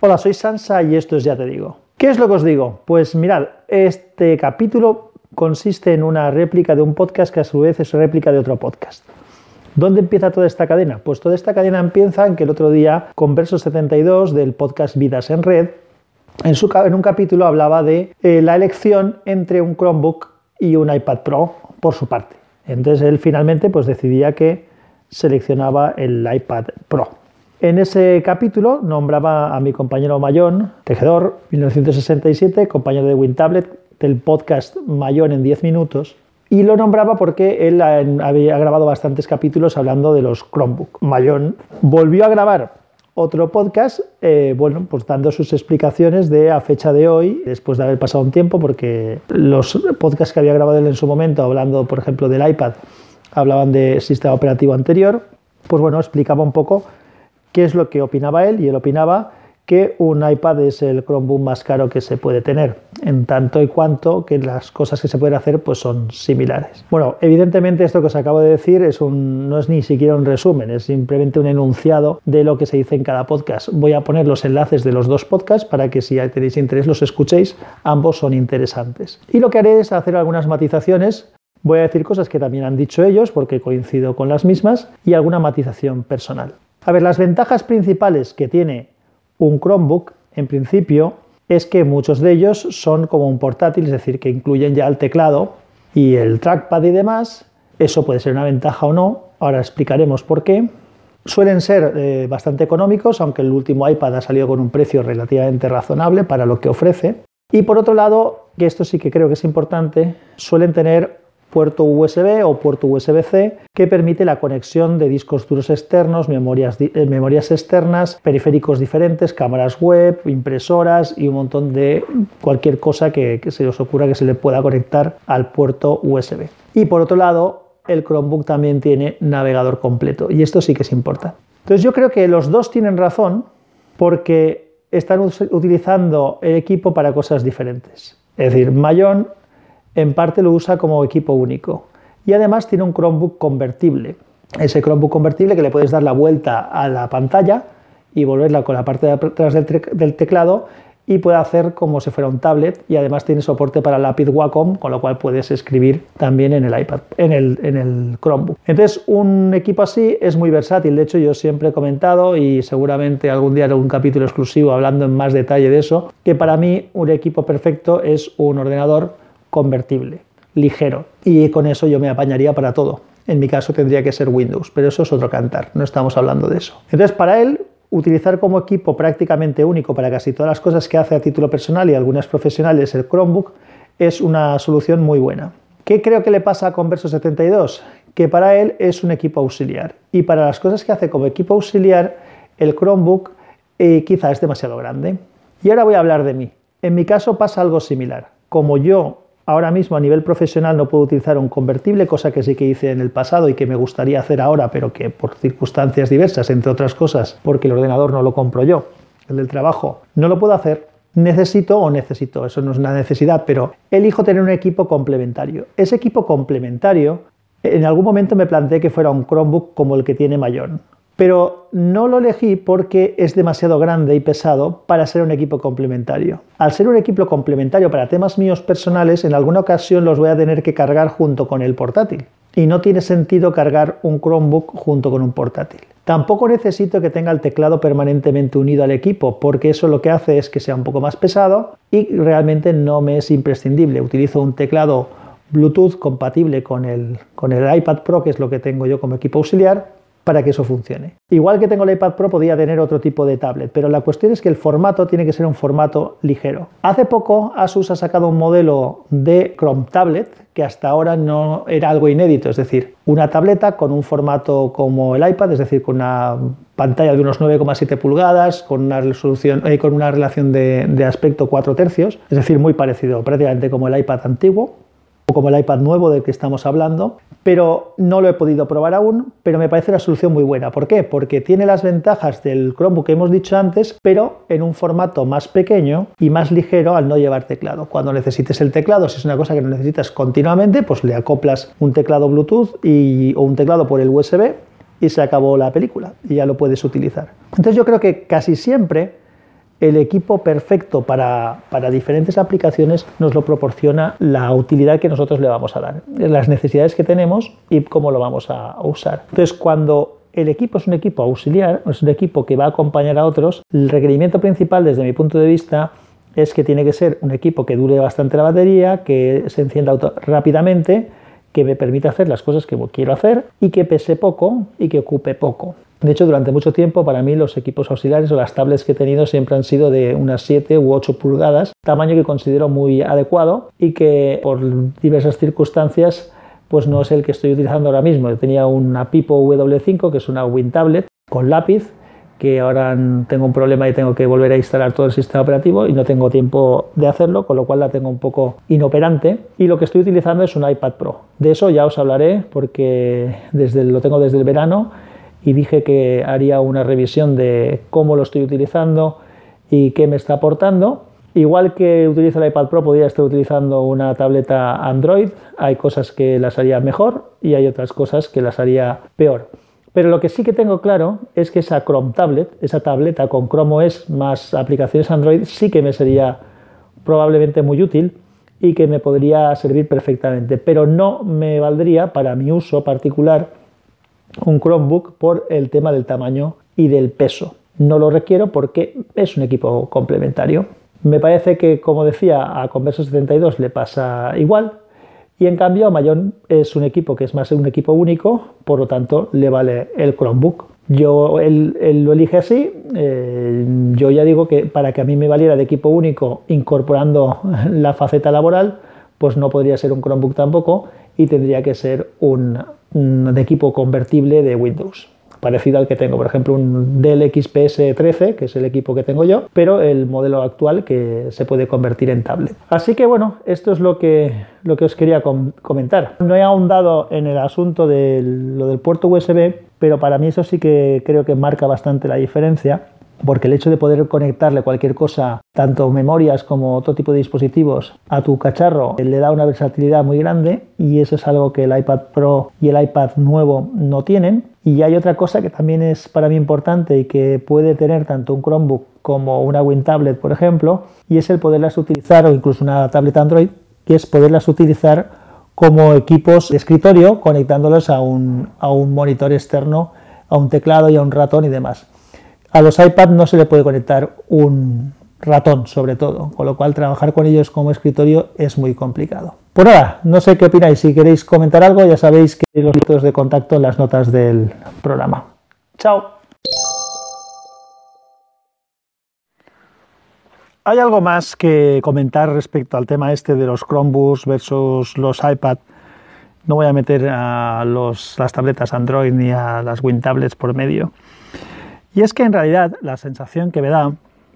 Hola, soy Sansa y esto es Ya Te Digo. ¿Qué es lo que os digo? Pues mirad, este capítulo consiste en una réplica de un podcast que a su vez es réplica de otro podcast. ¿Dónde empieza toda esta cadena? Pues toda esta cadena empieza en que el otro día, Converso72 del podcast Vidas en Red, en un capítulo hablaba de la elección entre un Chromebook y un iPad Pro por su parte. Entonces él finalmente pues decidía que seleccionaba el iPad Pro. En ese capítulo nombraba a mi compañero Mayón, tejedor, 1967, compañero de WinTablet, del podcast Mayón en 10 minutos, y lo nombraba porque él había grabado bastantes capítulos hablando de los Chromebook. Mayón volvió a grabar otro podcast, pues dando sus explicaciones de a fecha de hoy, después de haber pasado un tiempo, porque los podcasts que había grabado él en su momento, hablando por ejemplo del iPad, hablaban de sistema operativo anterior, pues bueno, explicaba un poco qué es lo que opinaba él, y él opinaba que un iPad es el Chromebook más caro que se puede tener, en tanto y cuanto que las cosas que se pueden hacer pues son similares. Bueno, evidentemente esto que os acabo de decir no es ni siquiera un resumen, es simplemente un enunciado de lo que se dice en cada podcast. Voy a poner los enlaces de los dos podcasts para que si tenéis interés los escuchéis, ambos son interesantes. Y lo que haré es hacer algunas matizaciones. Voy a decir cosas que también han dicho ellos, porque coincido con las mismas, y alguna matización personal. A ver, las ventajas principales que tiene un Chromebook, en principio, es que muchos de ellos son como un portátil, es decir, que incluyen ya el teclado y el trackpad y demás. Eso puede ser una ventaja o no, ahora explicaremos por qué. Suelen ser bastante económicos, aunque el último iPad ha salido con un precio relativamente razonable para lo que ofrece. Y por otro lado, que esto sí que creo que es importante, suelen tener puerto USB o puerto USB-C que permite la conexión de discos duros externos, memorias externas, periféricos diferentes, cámaras web, impresoras y un montón de cualquier cosa que se os ocurra que se le pueda conectar al puerto USB. Y por otro lado, el Chromebook también tiene navegador completo, y esto sí que es importante. Entonces yo creo que los dos tienen razón porque están utilizando el equipo para cosas diferentes. Es decir, Mayón en parte lo usa como equipo único y además tiene un Chromebook convertible. Ese Chromebook convertible que le puedes dar la vuelta a la pantalla y volverla con la parte de atrás del teclado y puede hacer como si fuera un tablet, y además tiene soporte para lápiz Wacom, con lo cual puedes escribir también en el iPad, en el Chromebook. Entonces un equipo así es muy versátil. De hecho yo siempre he comentado, y seguramente algún día haré un capítulo exclusivo hablando en más detalle de eso, que para mí un equipo perfecto es un ordenador convertible, ligero, y con eso yo me apañaría para todo. En mi caso tendría que ser Windows, pero eso es otro cantar, no estamos hablando de eso. Entonces, para él, utilizar como equipo prácticamente único para casi todas las cosas que hace a título personal y algunas profesionales el Chromebook es una solución muy buena. ¿Qué creo que le pasa a Converso72? Que para él es un equipo auxiliar, y para las cosas que hace como equipo auxiliar el Chromebook quizá es demasiado grande. Y ahora voy a hablar de mí. En mi caso pasa algo similar. Como yo ahora mismo a nivel profesional no puedo utilizar un convertible, cosa que sí que hice en el pasado y que me gustaría hacer ahora, pero que por circunstancias diversas, entre otras cosas, porque el ordenador no lo compro yo, el del trabajo, no lo puedo hacer. Necesito, eso no es una necesidad, pero elijo tener un equipo complementario. Ese equipo complementario, en algún momento me planteé que fuera un Chromebook como el que tiene Mayón, pero no lo elegí porque es demasiado grande y pesado para ser un equipo complementario. Al ser un equipo complementario para temas míos personales, en alguna ocasión los voy a tener que cargar junto con el portátil. Y no tiene sentido cargar un Chromebook junto con un portátil. Tampoco necesito que tenga el teclado permanentemente unido al equipo, porque eso lo que hace es que sea un poco más pesado y realmente no me es imprescindible. Utilizo un teclado Bluetooth compatible con el iPad Pro, que es lo que tengo yo como equipo auxiliar, para que eso funcione. Igual que tengo el iPad Pro, podría tener otro tipo de tablet, pero la cuestión es que el formato tiene que ser un formato ligero. Hace poco Asus ha sacado un modelo de Chrome Tablet que hasta ahora no era algo inédito, es decir, una tableta con un formato como el iPad, es decir, con una pantalla de unos 9,7 pulgadas, con una resolución, con una relación de aspecto 4/3, es decir, muy parecido prácticamente como el iPad antiguo, o como el iPad nuevo del que estamos hablando, pero no lo he podido probar aún, pero me parece una solución muy buena. ¿Por qué? Porque tiene las ventajas del Chromebook que hemos dicho antes, pero en un formato más pequeño y más ligero al no llevar teclado. Cuando necesites el teclado, si es una cosa que no necesitas continuamente, pues le acoplas un teclado Bluetooth o un teclado por el USB y se acabó la película y ya lo puedes utilizar. Entonces yo creo que casi siempre el equipo perfecto para diferentes aplicaciones nos lo proporciona la utilidad que nosotros le vamos a dar, las necesidades que tenemos y cómo lo vamos a usar. Entonces, cuando el equipo es un equipo auxiliar, es un equipo que va a acompañar a otros, el requerimiento principal desde mi punto de vista es que tiene que ser un equipo que dure bastante la batería, que se encienda rápidamente, que me permita hacer las cosas que quiero hacer y que pese poco y que ocupe poco. De hecho, durante mucho tiempo, para mí, los equipos auxiliares o las tablets que he tenido siempre han sido de unas 7 u 8 pulgadas, tamaño que considero muy adecuado y que por diversas circunstancias pues no es el que estoy utilizando ahora mismo. Yo tenía una Pipo W5, que es una WinTablet con lápiz, que ahora tengo un problema y tengo que volver a instalar todo el sistema operativo y no tengo tiempo de hacerlo, con lo cual la tengo un poco inoperante, y lo que estoy utilizando es un iPad Pro. De eso ya os hablaré porque lo tengo desde el verano y dije que haría una revisión de cómo lo estoy utilizando y qué me está aportando. Igual que utilizo el iPad Pro, podría estar utilizando una tableta Android. Hay cosas que las haría mejor y hay otras cosas que las haría peor. Pero lo que sí que tengo claro es que esa Chrome Tablet, esa tableta con Chrome OS más aplicaciones Android, sí que me sería probablemente muy útil y que me podría servir perfectamente. Pero no me valdría para mi uso particular un Chromebook por el tema del tamaño y del peso. No lo requiero porque es un equipo complementario. Me parece que, como decía, a Converso 72 le pasa igual y en cambio a Mayon es un equipo que es más un equipo único, por lo tanto le vale el Chromebook. Él lo elige así. Yo ya digo que para que a mí me valiera de equipo único incorporando la faceta laboral, pues no podría ser un Chromebook tampoco y tendría que ser de equipo convertible de Windows, parecido al que tengo, por ejemplo, un Dell XPS 13, que es el equipo que tengo yo, pero el modelo actual que se puede convertir en tablet. Así que bueno, esto es lo que os quería comentar. No he ahondado en el asunto de lo del puerto USB, pero para mí eso sí que creo que marca bastante la diferencia, porque el hecho de poder conectarle cualquier cosa, tanto memorias como otro tipo de dispositivos, a tu cacharro, le da una versatilidad muy grande y eso es algo que el iPad Pro y el iPad nuevo no tienen. Y hay otra cosa que también es para mí importante y que puede tener tanto un Chromebook como una WinTablet, por ejemplo, y es el poderlas utilizar, o incluso una tablet Android, que es poderlas utilizar como equipos de escritorio, conectándolos a un monitor externo, a un teclado y a un ratón y demás. A los iPad no se le puede conectar un ratón, sobre todo, con lo cual trabajar con ellos como escritorio es muy complicado. Por ahora, no sé qué opináis. Si queréis comentar algo, ya sabéis que los métodos de contacto en las notas del programa. ¡Chao! ¿Hay algo más que comentar respecto al tema este de los Chromebooks versus los iPad? No voy a meter a las tabletas Android ni a las WinTablets por medio. Y es que en realidad la sensación que me da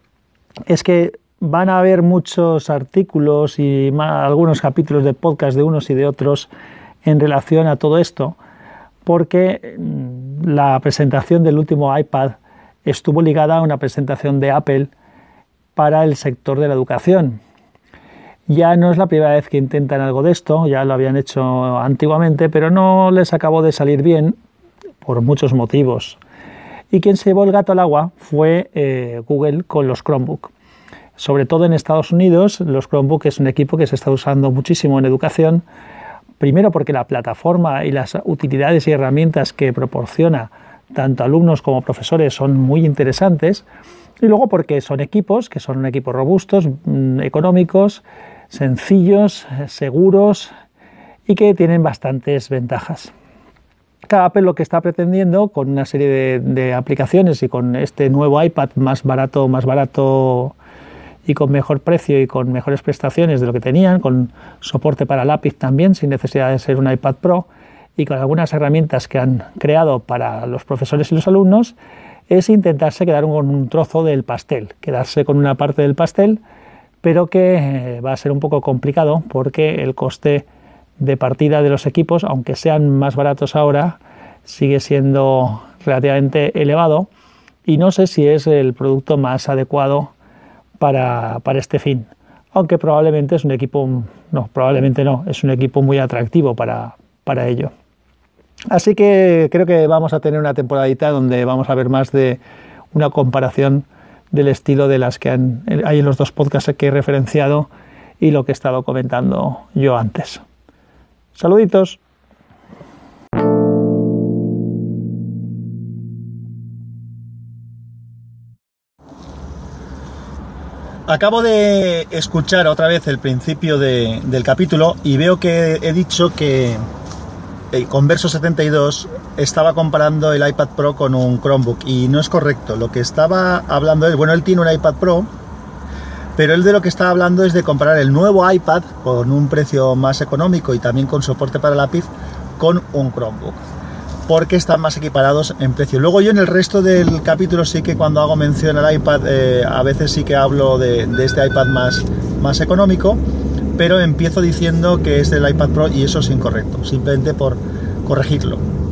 es que van a haber muchos artículos y algunos capítulos de podcast de unos y de otros en relación a todo esto, porque la presentación del último iPad estuvo ligada a una presentación de Apple para el sector de la educación. Ya no es la primera vez que intentan algo de esto, ya lo habían hecho antiguamente, pero no les acabó de salir bien por muchos motivos. Y quien se llevó el gato al agua fue Google con los Chromebook. Sobre todo en Estados Unidos, los Chromebook es un equipo que se está usando muchísimo en educación, primero porque la plataforma y las utilidades y herramientas que proporciona tanto alumnos como profesores son muy interesantes, y luego porque son equipos que son equipos robustos, económicos, sencillos, seguros y que tienen bastantes ventajas. Apple lo que está pretendiendo con una serie de aplicaciones y con este nuevo iPad más barato y con mejor precio y con mejores prestaciones de lo que tenían, con soporte para lápiz también, sin necesidad de ser un iPad Pro, y con algunas herramientas que han creado para los profesores y los alumnos, es intentarse quedar con un trozo del pastel, quedarse con una parte del pastel, pero que va a ser un poco complicado porque el coste de partida de los equipos, aunque sean más baratos ahora, sigue siendo relativamente elevado y no sé si es el producto más adecuado para este fin, aunque probablemente es un equipo, es un equipo muy atractivo para ello. Así que creo que vamos a tener una temporadita donde vamos a ver más de una comparación del estilo de las que hay en los 2 podcasts que he referenciado y lo que he estado comentando yo antes. Saluditos. Acabo de escuchar otra vez el principio del capítulo y veo que he dicho que Converso72 estaba comparando el iPad Pro con un Chromebook y no es correcto. Lo que estaba hablando es, bueno, él tiene un iPad Pro, pero él de lo que estaba hablando es de comparar el nuevo iPad con un precio más económico y también con soporte para lápiz con un Chromebook, porque están más equiparados en precio. Luego yo en el resto del capítulo sí que cuando hago mención al iPad, a veces sí que hablo de este iPad más económico, pero empiezo diciendo que es del iPad Pro y eso es incorrecto, simplemente por corregirlo.